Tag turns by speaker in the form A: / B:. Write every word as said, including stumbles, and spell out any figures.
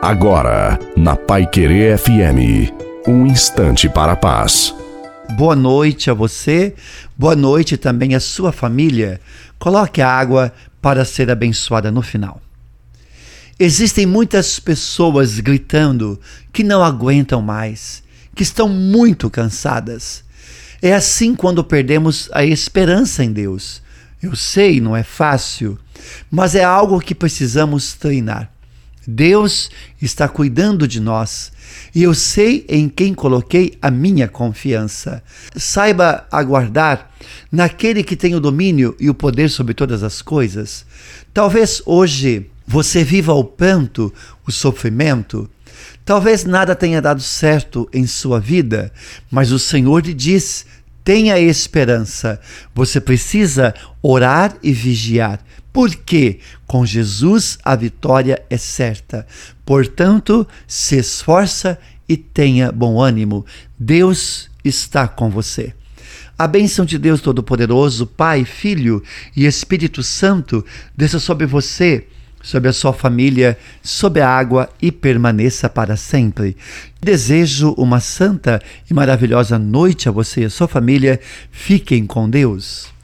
A: Agora, na Paiquerê F M, um instante para a paz.
B: Boa noite a você, boa noite também à sua família. Coloque a água para ser abençoada no final. Existem muitas pessoas gritando que não aguentam mais, que estão muito cansadas. É assim quando perdemos a esperança em Deus. Eu sei, não é fácil, mas é algo que precisamos treinar. Deus está cuidando de nós e eu sei em quem coloquei a minha confiança. Saiba aguardar naquele que tem o domínio e o poder sobre todas as coisas. Talvez hoje você viva o pranto, o sofrimento. Talvez nada tenha dado certo em sua vida, mas o Senhor lhe diz: tenha esperança. Você precisa orar e vigiar. Porque com Jesus a vitória é certa. Portanto, se esforça e tenha bom ânimo. Deus está com você. A bênção de Deus Todo-Poderoso, Pai, Filho e Espírito Santo, desça sobre você, sobre a sua família, sobre a água e permaneça para sempre. Desejo uma santa e maravilhosa noite a você e a sua família. Fiquem com Deus.